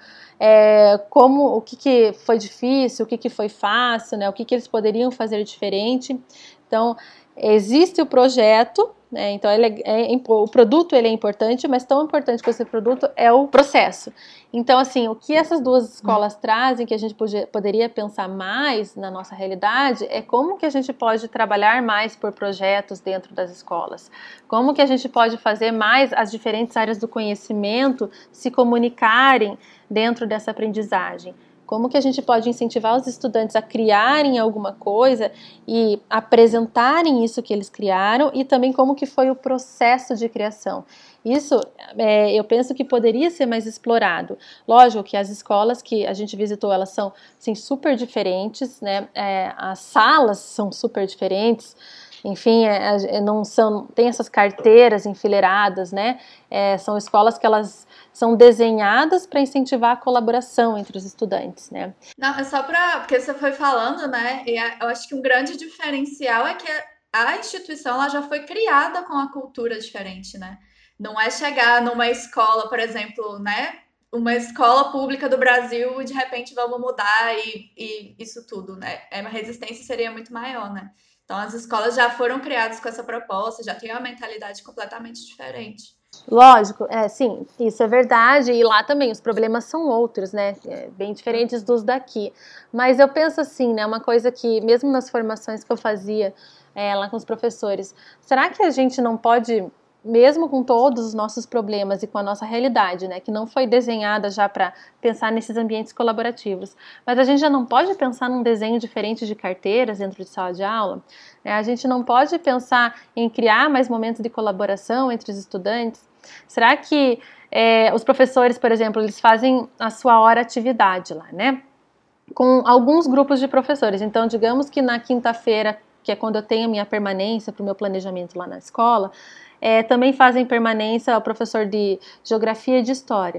é, como, o que que foi difícil, o que que foi fácil, né, o que que eles poderiam fazer diferente. Então, existe o projeto, né, então ele é, é, o produto ele é importante, mas tão importante que esse produto é o processo. Então, assim, o que essas duas escolas trazem, que a gente podia, poderia pensar mais na nossa realidade, é como que a gente pode trabalhar mais por projetos dentro das escolas, como que a gente pode fazer mais as diferentes áreas do conhecimento se comunicarem dentro dessa aprendizagem. Como que a gente pode incentivar os estudantes a criarem alguma coisa e apresentarem isso que eles criaram, e também como que foi o processo de criação. Isso, é, eu penso que poderia ser mais explorado. Lógico que as escolas que a gente visitou, elas são assim, super diferentes, né? É, as salas são super diferentes. Enfim, é, não são, tem essas carteiras enfileiradas, né? É, são escolas que elas são desenhadas para incentivar a colaboração entre os estudantes, né? Não, é só para, porque você foi falando, né? E eu acho que um grande diferencial é que a instituição ela já foi criada com a cultura diferente, né? Não é chegar numa escola, por exemplo, né? Uma escola pública do Brasil e de repente vamos mudar e, e isso tudo, né? A resistência seria muito maior, né? Então as escolas já foram criadas com essa proposta, já tem uma mentalidade completamente diferente. Lógico, é, sim, isso é verdade, e lá também os problemas são outros, né, é, bem diferentes dos daqui, mas eu penso assim, né, uma coisa que mesmo nas formações que eu fazia é, lá com os professores, será que a gente não pode, mesmo com todos os nossos problemas e com a nossa realidade, né, que não foi desenhada já para pensar nesses ambientes colaborativos, mas a gente já não pode pensar num desenho diferente de carteiras dentro de sala de aula? É, a gente não pode pensar em criar mais momentos de colaboração entre os estudantes? Será que é, os professores, por exemplo, eles fazem a sua hora atividade lá, né? Com alguns grupos de professores. Então, digamos que na quinta-feira, que é quando eu tenho a minha permanência para o meu planejamento lá na escola, é, também fazem permanência o professor de geografia e de história.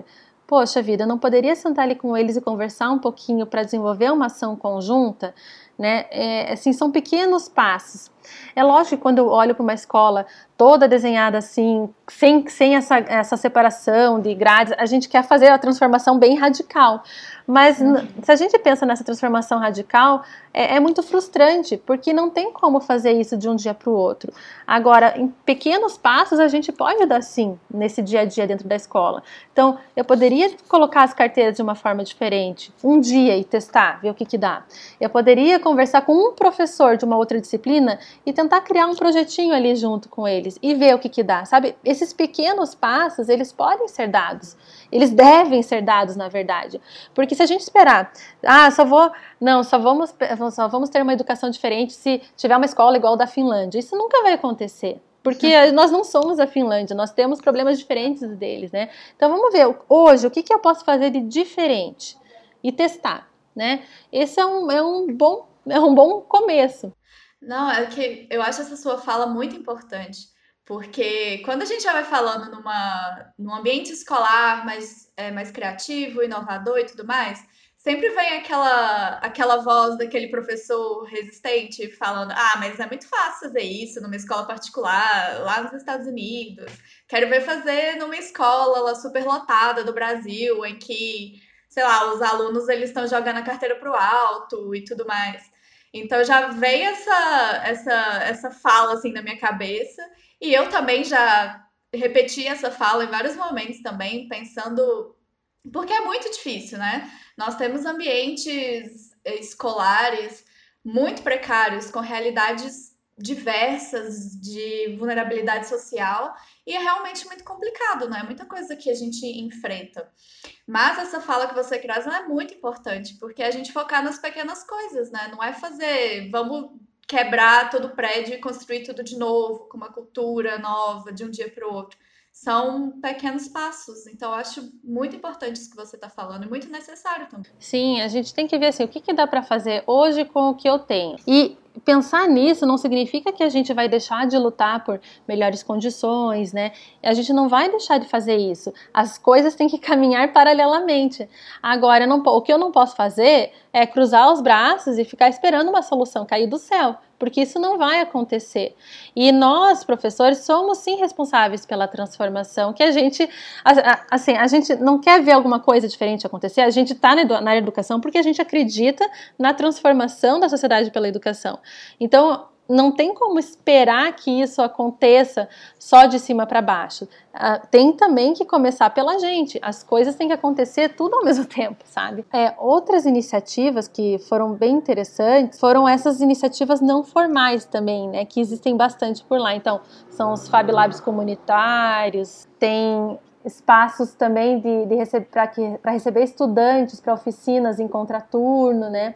poxa vida, eu não poderia sentar ali com eles e conversar um pouquinho para desenvolver uma ação conjunta, né? É, assim, são pequenos passos. É lógico que quando eu olho para uma escola toda desenhada assim, sem, sem essa, essa separação de grades, a gente quer fazer a transformação bem radical. Mas uhum. se a gente pensa nessa transformação radical, é, é muito frustrante, porque não tem como fazer isso de um dia para o outro. Agora, em pequenos passos, a gente pode dar sim, nesse dia a dia dentro da escola. Então, eu poderia colocar as carteiras de uma forma diferente, um dia e testar, ver o que que dá. Eu poderia conversar com um professor de uma outra disciplina e tentar criar um projetinho ali junto com eles e ver o que que dá, sabe? Esses pequenos passos, eles podem ser dados. Eles devem ser dados, na verdade. Porque se a gente esperar, ah, só vou, não, só vamos, só vamos ter uma educação diferente se tiver uma escola igual da Finlândia. Isso nunca vai acontecer. Porque nós não somos a Finlândia, nós temos problemas diferentes deles, né? Então vamos ver, hoje, o que que eu posso fazer de diferente? E testar, né? Esse é um, é um, bom, é um bom começo. Não, é que eu acho essa sua fala muito importante, porque quando a gente já vai falando numa, num ambiente escolar mais, é, mais criativo, inovador e tudo mais, sempre vem aquela, aquela voz daquele professor resistente falando, ah, mas é muito fácil fazer isso numa escola particular, lá nos Estados Unidos. Quero ver fazer numa escola lá superlotada do Brasil, em que, sei lá, os alunos eles estão jogando a carteira pro alto e tudo mais. Então já veio essa, essa, essa fala assim na minha cabeça, e eu também já repeti essa fala em vários momentos também, pensando, porque é muito difícil, né? Nós temos ambientes escolares muito precários, com realidades diversas de vulnerabilidade social, e é realmente muito complicado, né? Muita coisa que a gente enfrenta. Mas essa fala que você traz é muito importante, porque a gente focar nas pequenas coisas, né? Não é fazer, vamos quebrar todo o prédio e construir tudo de novo, com uma cultura nova, de um dia para o outro. São pequenos passos, então eu acho muito importante isso que você está falando e muito necessário também. Sim, a gente tem que ver assim, o que, que dá para fazer hoje com o que eu tenho. E pensar nisso não significa que a gente vai deixar de lutar por melhores condições, né? A gente não vai deixar de fazer isso. As coisas têm que caminhar paralelamente. Agora, não, o que eu não posso fazer é cruzar os braços e ficar esperando uma solução cair do céu, porque isso não vai acontecer. E nós, professores, somos sim responsáveis pela transformação, que a gente, assim, a gente não quer ver alguma coisa diferente acontecer, a gente está na educação porque a gente acredita na transformação da sociedade pela educação. Então, não tem como esperar que isso aconteça só de cima para baixo. Uh, tem também que começar pela gente. As coisas têm que acontecer tudo ao mesmo tempo, sabe? É, outras iniciativas que foram bem interessantes foram essas iniciativas não formais também, né? Que existem bastante por lá. Então, são os Fab Labs comunitários, tem espaços também de, de rece- para receber estudantes para oficinas em contraturno, né?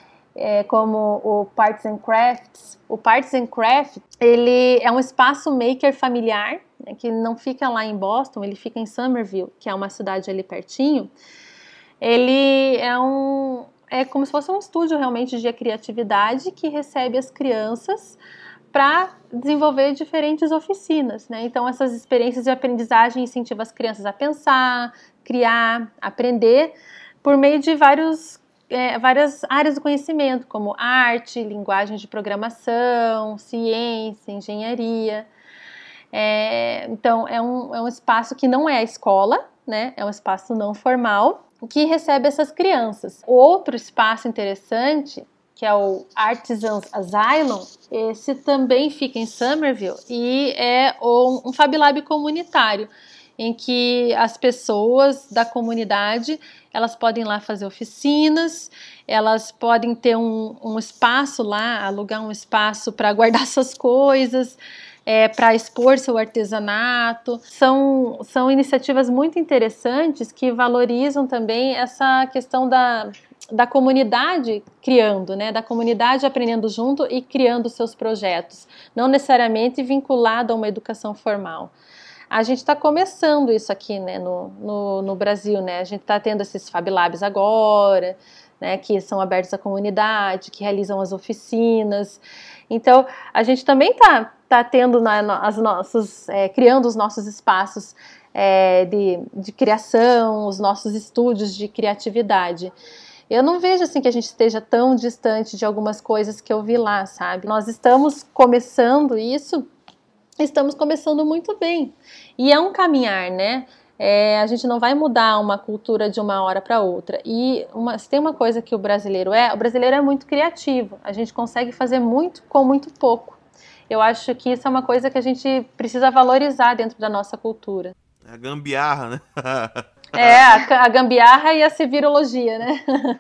É, como o Parts and Crafts. O Parts and Crafts, ele é um espaço maker familiar, né, que não fica lá em Boston, ele fica em Somerville, que é uma cidade ali pertinho. Ele é um é como se fosse um estúdio realmente de criatividade que recebe as crianças para desenvolver diferentes oficinas, né? Então essas experiências de aprendizagem incentivam as crianças a pensar, criar, aprender por meio de vários É, várias áreas do conhecimento, como arte, linguagem de programação, ciência, engenharia. É, então, é um, é um espaço que não é a escola, né? É um espaço não formal, que recebe essas crianças. Outro espaço interessante, que é o Artisans Asylum, esse também fica em Somerville e é um, um Fab Lab comunitário, em que as pessoas da comunidade, elas podem lá fazer oficinas, elas podem ter um, um espaço lá, alugar um espaço para guardar suas coisas, é, para expor seu artesanato. São, são iniciativas muito interessantes que valorizam também essa questão da, da comunidade criando, né? Da comunidade aprendendo junto e criando seus projetos, não necessariamente vinculado a uma educação formal. A gente está começando isso aqui, né, no, no, no Brasil, né? A gente está tendo esses Fab Labs agora, né, que são abertos à comunidade, que realizam as oficinas. Então, a gente também está tá tendo na, as nossos, é, criando os nossos espaços é, de, de criação, os nossos estúdios de criatividade. Eu não vejo assim que a gente esteja tão distante de algumas coisas que eu vi lá, sabe? Nós estamos começando isso, estamos começando muito bem. E é um caminhar, né? É, a gente não vai mudar uma cultura de uma hora para outra. E uma, se tem uma coisa que o brasileiro é, o brasileiro é muito criativo. A gente consegue fazer muito com muito pouco. Eu acho que isso é uma coisa que a gente precisa valorizar dentro da nossa cultura. É a gambiarra, né? É, a, a gambiarra e a civirologia, né?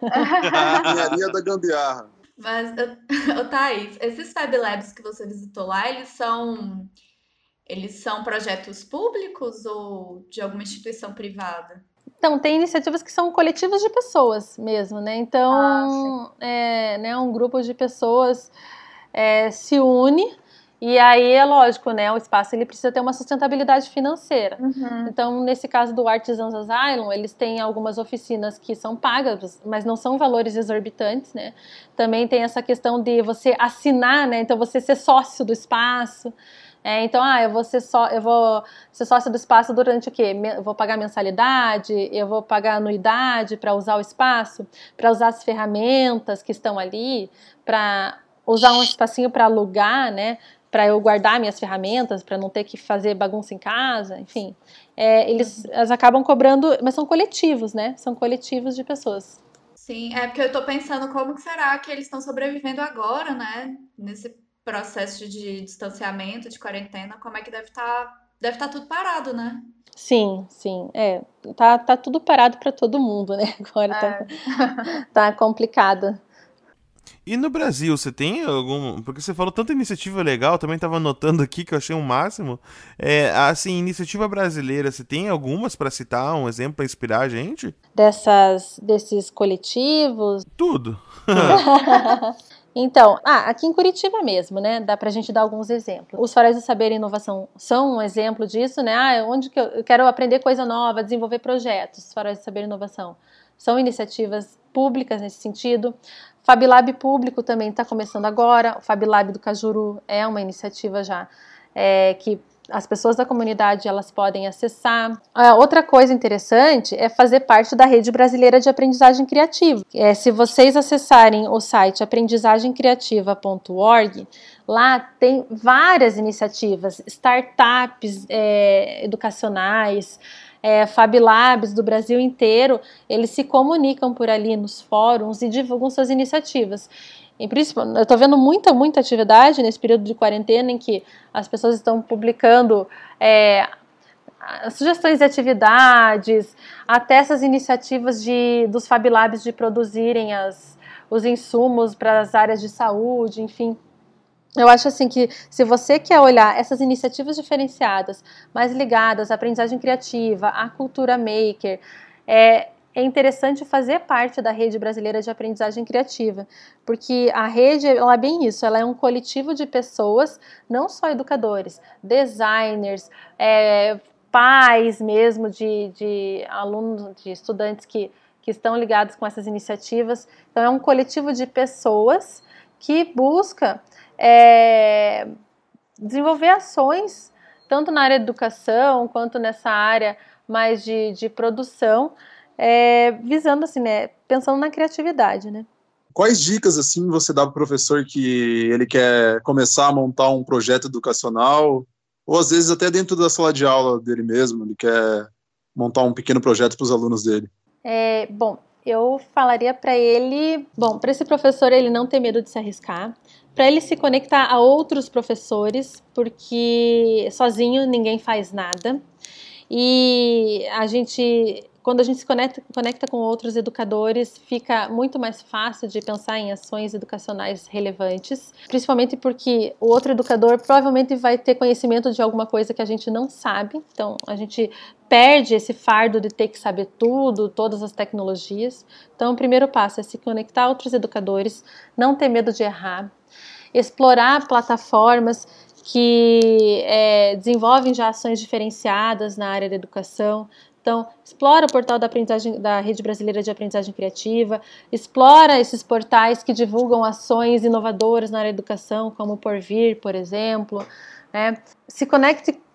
A engenharia da gambiarra. Mas, ô, Thaís, esses Fab Labs que você visitou lá, eles são, eles são projetos públicos ou de alguma instituição privada? Então, tem iniciativas que são coletivos de pessoas mesmo, né? Então, Ah, é, né, um grupo de pessoas é, se une. E aí é lógico, né, o espaço ele precisa ter uma sustentabilidade financeira. uhum. Então, nesse caso do Artisans Asylum, eles têm algumas oficinas que são pagas, mas não são valores exorbitantes, né? Também tem essa questão de você assinar, né? Então, você ser sócio do espaço. É, então, ah, eu vou ser só, eu vou ser sócio do espaço durante o quê? Eu vou pagar mensalidade, eu vou pagar anuidade para usar o espaço, para usar as ferramentas que estão ali, para usar um espacinho para alugar, né? Para eu guardar minhas ferramentas, para não ter que fazer bagunça em casa, enfim. É, eles, elas acabam cobrando, mas são coletivos, né? São coletivos de pessoas. Sim, é porque eu tô pensando como que será que eles estão sobrevivendo agora, né? Nesse processo de distanciamento, de quarentena, como é que deve estar, deve estar tudo parado, né? Sim, sim. É, tá, tá tudo parado para todo mundo, né? Agora tá, É. tá complicado. E no Brasil, você tem algum... Porque você falou tanta iniciativa legal, também estava anotando aqui que eu achei um máximo. É, assim, iniciativa brasileira, você tem algumas para citar, um exemplo para inspirar a gente? Dessas, desses coletivos. Tudo. Então, ah, aqui em Curitiba mesmo, né? Dá pra gente dar alguns exemplos. Os Faróis do Saber e Inovação são um exemplo disso, né? Ah, onde que eu, eu quero aprender coisa nova, desenvolver projetos. Os Faróis do Saber e Inovação são iniciativas públicas nesse sentido. Fab Lab público também está começando agora. O Fab Lab do Cajuru é uma iniciativa já é, que as pessoas da comunidade elas podem acessar. Ah, outra coisa interessante é fazer parte da Rede Brasileira de Aprendizagem Criativa. É, se vocês acessarem o site aprendizagem criativa ponto org, lá tem várias iniciativas, startups é, educacionais, É, Fab Labs do Brasil inteiro, eles se comunicam por ali nos fóruns e divulgam suas iniciativas. E, eu estou vendo muita, muita atividade nesse período de quarentena em que as pessoas estão publicando é, sugestões de atividades, até essas iniciativas de, dos Fab Labs de produzirem as, os insumos para as áreas de saúde, enfim. Eu acho assim que se você quer olhar essas iniciativas diferenciadas, mais ligadas à aprendizagem criativa, à cultura maker, é, é interessante fazer parte da Rede Brasileira de Aprendizagem Criativa, porque a rede ela é bem isso, ela é um coletivo de pessoas, não só educadores, designers, é, pais mesmo de, de alunos, de estudantes que, que estão ligados com essas iniciativas. Então é um coletivo de pessoas que busca É, desenvolver ações tanto na área de educação quanto nessa área mais de, de produção, é, visando assim, né, pensando na criatividade, né? Quais dicas assim você dá para o professor que ele quer começar a montar um projeto educacional, ou às vezes até dentro da sala de aula dele mesmo, ele quer montar um pequeno projeto para os alunos dele? É, bom, eu falaria para ele, bom, para esse professor ele não ter medo de se arriscar, para ele se conectar a outros professores, porque sozinho ninguém faz nada. E a gente, quando a gente se conecta, conecta com outros educadores, fica muito mais fácil de pensar em ações educacionais relevantes, principalmente porque o outro educador provavelmente vai ter conhecimento de alguma coisa que a gente não sabe, então a gente perde esse fardo de ter que saber tudo, todas as tecnologias. Então o primeiro passo é se conectar a outros educadores, não ter medo de errar, explorar plataformas que é, desenvolvem já ações diferenciadas na área da educação. Então, explora o portal da, aprendizagem, da Rede Brasileira de Aprendizagem Criativa, explora esses portais que divulgam ações inovadoras na área da educação, como o Porvir, por exemplo, né? Se conecte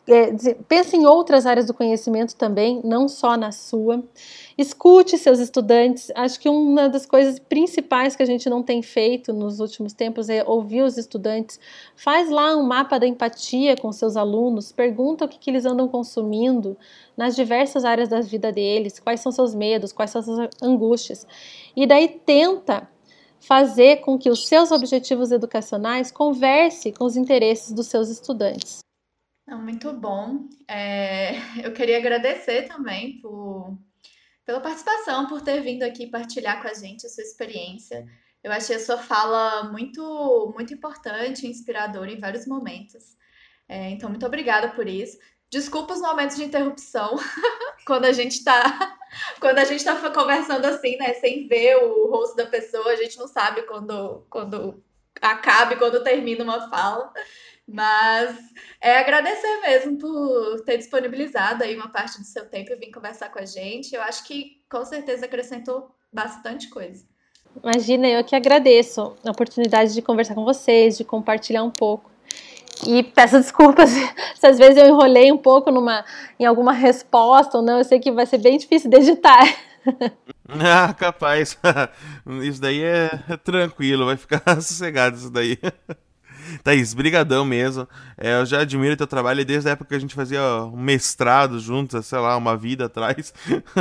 é, pense em outras áreas do conhecimento também, não só na sua. Escute seus estudantes. Acho que uma das coisas principais que a gente não tem feito nos últimos tempos é ouvir os estudantes. Faz lá um mapa da empatia com seus alunos, pergunta o que, que eles andam consumindo nas diversas áreas da vida deles, quais são seus medos, quais são suas angústias. E daí tenta fazer com que os seus objetivos educacionais converse com os interesses dos seus estudantes. Muito bom. É, eu queria agradecer também por... pela participação, por ter vindo aqui partilhar com a gente a sua experiência. Eu achei a sua fala muito, muito importante e inspiradora em vários momentos. É, então, muito obrigada por isso. Desculpa os momentos de interrupção, quando a gente está quando a gente tá conversando assim, né, sem ver o rosto da pessoa, a gente não sabe quando, quando acaba e quando termina uma fala. Mas é agradecer mesmo por ter disponibilizado aí uma parte do seu tempo e vir conversar com a gente. Eu acho que com certeza acrescentou bastante coisa. Imagina, eu que agradeço a oportunidade de conversar com vocês, de compartilhar um pouco. E peço desculpas se às vezes eu enrolei um pouco numa, em alguma resposta ou não. Eu sei que vai ser bem difícil de editar. Ah, capaz. Isso daí é tranquilo, vai ficar sossegado isso daí. Thaís, brigadão mesmo. É, eu já admiro teu trabalho desde a época que a gente fazia um mestrado juntos, sei lá, uma vida atrás.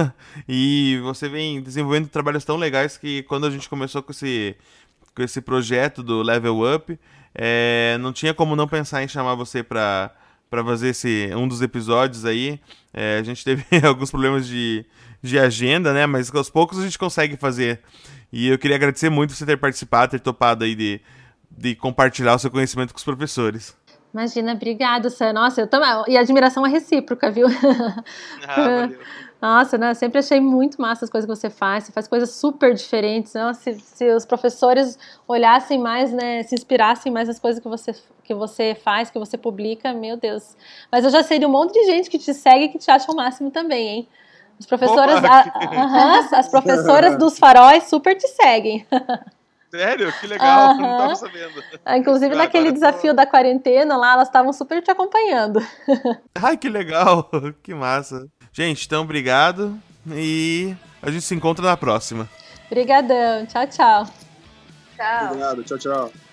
E você vem desenvolvendo trabalhos tão legais que quando a gente começou com esse, com esse projeto do Level Up, é, não tinha como não pensar em chamar você pra, pra fazer esse, um dos episódios aí. É, a gente teve alguns problemas de, de agenda, né? Mas aos poucos a gente consegue fazer. E eu queria agradecer muito você ter participado, ter topado aí de... de compartilhar o seu conhecimento com os professores. Imagina, obrigado, Sam. Nossa, eu também. E a admiração é recíproca, viu? Ah, valeu. Nossa, né? Eu sempre achei muito massa as coisas que você faz. Você faz coisas super diferentes. Nossa, se, se os professores olhassem mais, né? Se inspirassem mais nas coisas que você, que você faz, que você publica, meu Deus. Mas eu já sei de um monte de gente que te segue e que te acha o máximo também, hein? As professoras, Opa, a, a, a, as professoras dos faróis super te seguem. Sério? Que legal, Uhum. Não tava sabendo. Inclusive, Ah, naquele agora desafio tô... da quarentena lá, elas estavam super te acompanhando. Ai, que legal, que massa. Gente, então, obrigado e a gente se encontra na próxima. Obrigadão, tchau, tchau. Tchau. Obrigado, tchau, tchau.